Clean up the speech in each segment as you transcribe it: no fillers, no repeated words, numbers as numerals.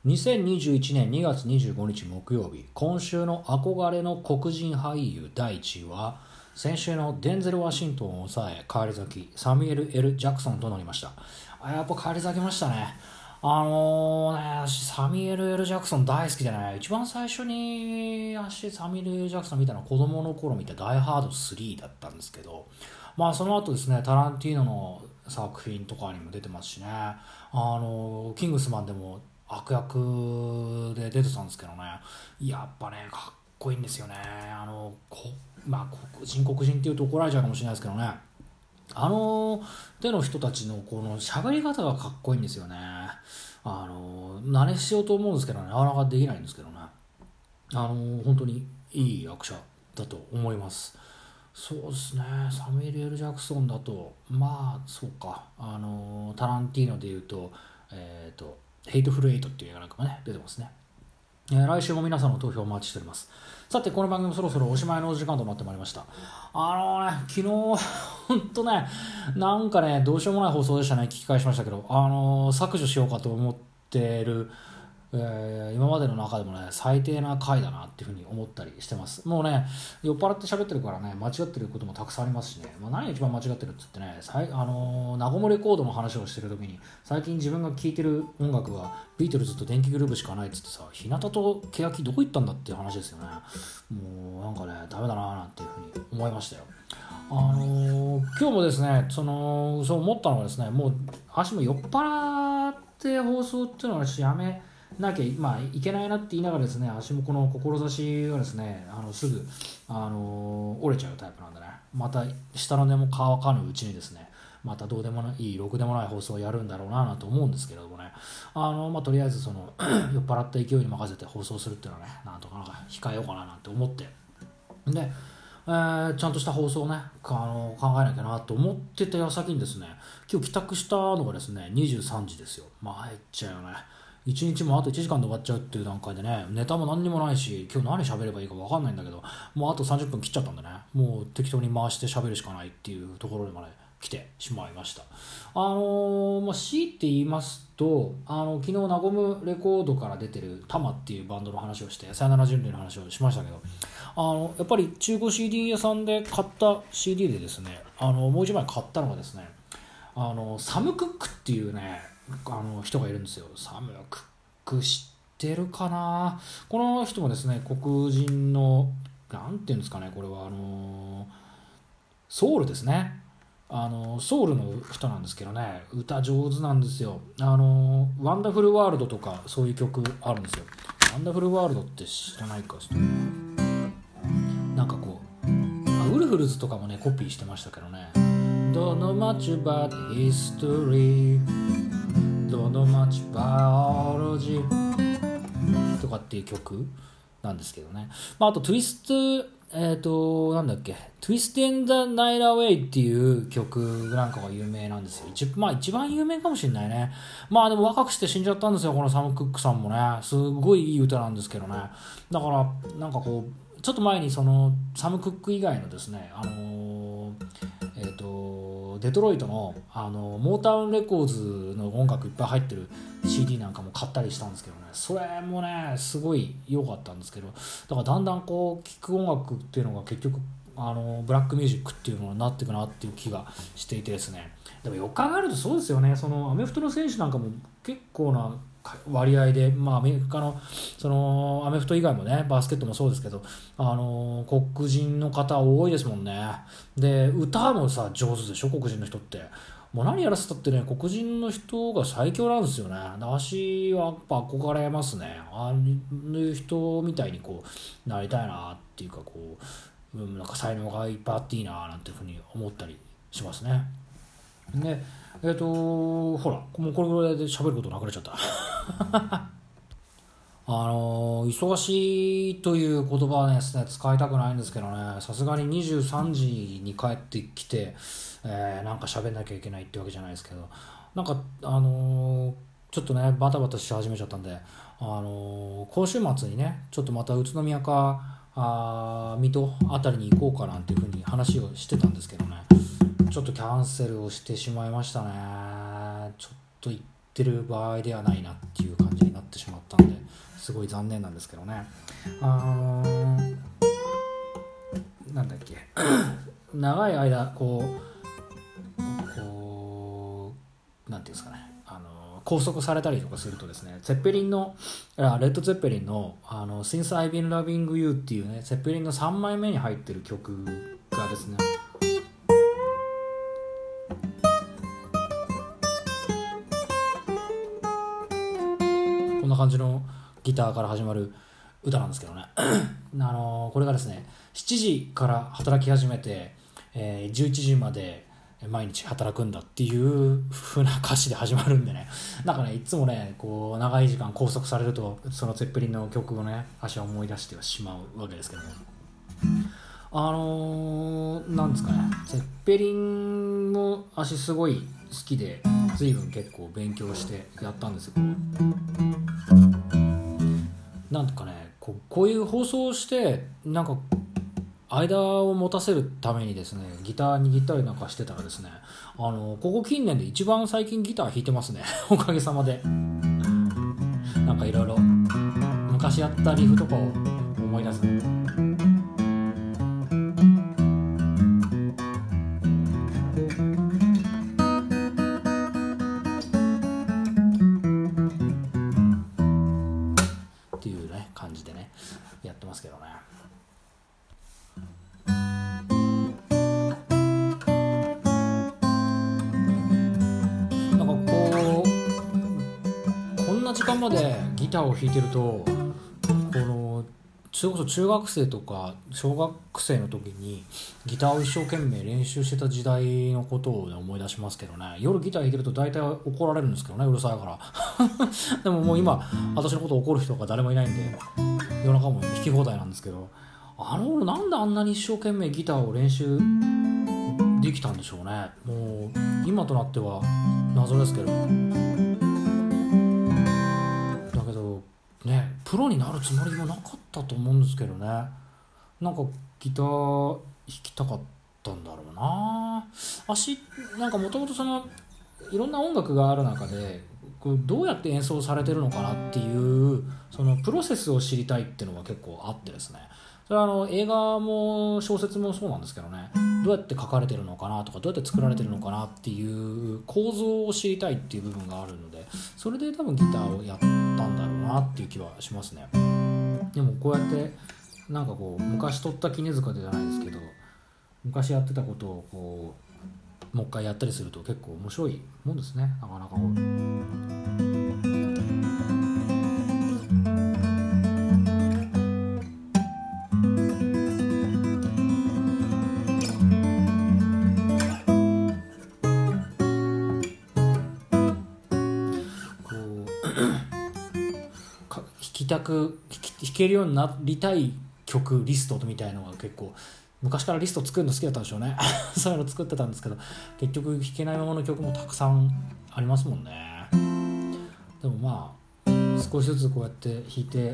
2021年2月25日木曜日、今週の憧れの黒人俳優第1位は、先週のデンゼル・ワシントンを抑え返り咲き、サミュエル・ L ・ジャクソンとなりました。やっぱ返り咲きましたね。サミュエル・ L ・ジャクソン大好きでね、一番最初にサミュエル・L ・ジャクソン見たのは子供の頃見たダイ・ハード3だったんですけど、その後ですね、タランティーノの作品とかにも出てますしね、キングスマンでも悪役で出てたんですけどね、やっぱねかっこいいんですよね。黒人っていうと怒られちゃうかもしれないですけどね、手の人たちのこの喋り方がかっこいいんですよね。真似しようと思うんですけどね、なかなかできないんですけどね、本当にいい役者だと思います。そうですね、サミュエル・L・ジャクソンだとそうか、タランティーノでいうとヘイトフル・エイトっていう映画なんかもね出てますね。来週も皆さんの投票をお待ちしております。さて、この番組もそろそろおしまいのお時間となってまいりました。昨日本当ね、なんかねどうしようもない放送でしたね。聞き返しましたけど、削除しようかと思ってる、今までの中でもね最低な回だなっていうふうに思ったりしてます。もうね酔っ払って喋ってるからね間違ってることもたくさんありますしね、何が一番間違ってるって言ってね、ナゴムレコードの話をしてる時に、最近自分が聴いてる音楽はビートルズと電気グルーヴしかないっつってさ、日向と欅どこ行ったんだっていう話ですよね。もうなんかねダメだななんていうふうに思いましたよ。今日もですねそう思ったのはですね、もう足も酔っ払って放送っていうのはやめなきゃいけないなって言いながらですね、足もこの志がですねすぐ折れちゃうタイプなんでね、また下の根も乾かぬうちにですね、またどうでもいいろくでもない放送をやるんだろうなと思うんですけれどもね、とりあえず酔っ払った勢いに任せて放送するっていうのはね、なんとか控えようかななんて思ってで、ちゃんとした放送をね考えなきゃなと思ってた矢先にですね、今日帰宅したのがですね23時ですよ。入っちゃうよね。一日もあと1時間で終わっちゃうっていう段階でね、ネタも何にもないし、今日何喋ればいいか分かんないんだけど、もうあと30分切っちゃったんでね、もう適当に回して喋るしかないっていうところまで来てしまいました。強いて言いますと、昨日ナゴムレコードから出てるタマっていうバンドの話をして、さよなら人類の話をしましたけど、やっぱり中古 CD 屋さんで買った CD でですね、もう一枚買ったのがですね、サム・クックっていうね人がいるんですよ。サム・クック知ってるかな。この人もですね黒人のなんていうんですかね、これはソウルですね。ソウルの人なんですけどね、歌上手なんですよ。ワンダフルワールドとかそういう曲あるんですよ。ワンダフルワールドって知らないか、なんかこうウルフルズとかもねコピーしてましたけどね。Don't know much about history, Don't know much biology とかっていう曲なんですけどね。あと Twist なんだっけ Twist and the Night Away っていう曲なんかが有名なんですよ。一番有名かもしれないね。でも若くして死んじゃったんですよ、このサム・クックさんもね。すごいいい歌なんですけどね。だからなんかこうちょっと前にそのサム・クック以外のですねデトロイトの、モータウンレコーズの音楽いっぱい入ってる CD なんかも買ったりしたんですけどね、それもねすごい良かったんですけど、だからだんだんこう聴く音楽っていうのが結局ブラックミュージックっていうのになっていくなっていう気がしていてですね。でもよく考えるとそうですよね。そのアメフトの選手なんかも結構な割合で、アメリカのそのアメフト以外もねバスケットもそうですけど、黒人の方多いですもんね。で歌もさ上手でしょ、黒人の人って。もう何やらせたってね黒人の人が最強なんですよね。私はやっぱ憧れますね。ああいう人みたいにこうなりたいなっていうか、こう、なんか才能がいっぱいあっていいななんていうふうに思ったりしますね。でほらもうこれぐらいで喋ることなくなっちゃった忙しいという言葉はですね使いたくないんですけどね、さすがに23時に帰ってきて、なんか喋んなきゃいけないってわけじゃないですけど、なんかちょっとねバタバタし始めちゃったんで、今週末にねちょっとまた宇都宮か水戸あたりに行こうかなんていうふうに話をしてたんですけどね、ちょっとキャンセルをしてしまいましたね。ちょっと行ってる場合ではないなっていう感じになってしまったんで、 ごい残念なんですけどね。なんだっけ長い間なんていうんですかね、拘束されたりとかするとですね、レッド・ツェッペリンのSince I've Been Loving You っていうね、ツェッペリンの3枚目に入ってる曲がですね、こんな感じのギターから始まる歌なんですけどねこれがですね、7時から働き始めて、11時まで毎日働くんだっていう風な歌詞で始まるんでね、なんかね、いつもね、こう長い時間拘束されるとそのツェッペリンの曲をね、私は思い出してはしまうわけですけども、なんですかね、ツェッペリンも私すごい好きで、随分結構勉強してやったんですけど、なんとかね、こういう放送をしてなんか間を持たせるためにですね、ギター握ったりなんかしてたらですね、ここ近年で一番最近ギター弾いてますねおかげさまで。なんかいろいろ昔やったリフとかを思い出すっていうね感じでねやってますけどね。時間までギターを弾いてると、それこそ中学生とか小学生の時にギターを一生懸命練習してた時代のことを、ね、思い出しますけどね。夜ギター弾いてると大体怒られるんですけどね、うるさいからでももう今私のこと怒る人が誰もいないんで夜中も弾き放題なんですけど、なんであんなに一生懸命ギターを練習できたんでしょうね。もう今となっては謎ですけどね、プロになるつもりもなかったと思うんですけどね。なんかギター弾きたかったんだろうな。なんかもともといろんな音楽がある中でどうやって演奏されてるのかなっていうそのプロセスを知りたいっていうのが結構あってですね、それは映画も小説もそうなんですけどね、どうやって書かれてるのかなとかどうやって作られてるのかなっていう構造を知りたいっていう部分があるので、それで多分ギターをやったんだろうなっていう気はしますね。でもこうやってなんか昔取った絹塚じゃないですけど、昔やってたことをもう一回やったりすると結構面白いもんですね。なかなか弾けるようになりたい曲リストみたいなのが結構昔からリスト作るの好きだったんでしょうねそういうの作ってたんですけど、結局弾けないままの曲もたくさんありますもんね。でもまあ少しずつこうやって弾いて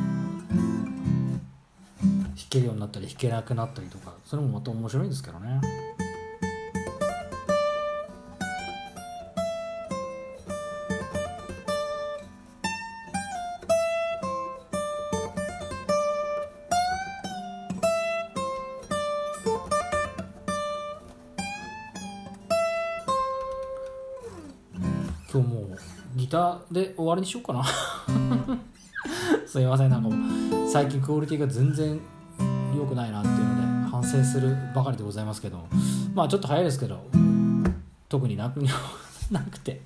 弾けるようになったり弾けなくなったりとか、それもまた面白いんですけどね。今日もうギターで終わりにしようかなすいません、なんかもう最近クオリティが全然良くないなっていうので反省するばかりでございますけど、まあちょっと早いですけど特になくて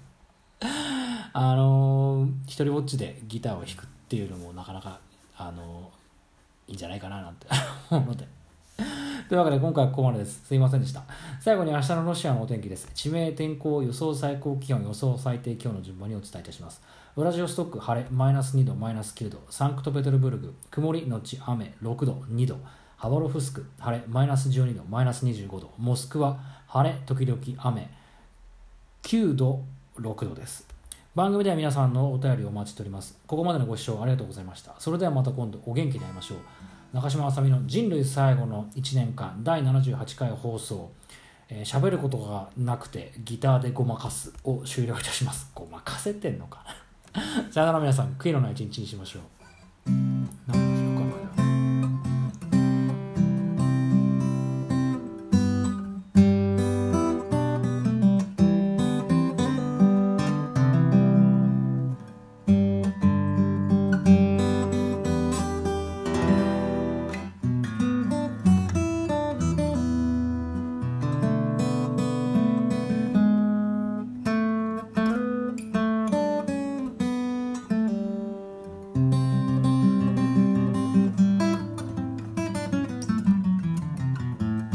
一人ぼっちでギターを弾くっていうのもなかなかいいんじゃないかななんて思うのでというわけで今回はここまでです。すいませんでした。最後に明日のロシアのお天気です。地名、天候、予想最高気温、予想最低気温の順番にお伝えいたします。ウラジオストック晴れマイナス2度マイナス9度、サンクトペテルブルク曇りのち雨6度2度、ハバロフスク晴れマイナス12度マイナス25度、モスクワ晴れ時々雨9度6度です。番組では皆さんのお便りをお待ちしております。ここまでのご視聴ありがとうございました。それではまた今度お元気に会いましょう。中島あさみの人類最後の1年間第78回放送、喋ることがなくてギターでごまかすを終了いたします。ごまかせてんのかなさよなら皆さん、悔いのない一日にしましょう。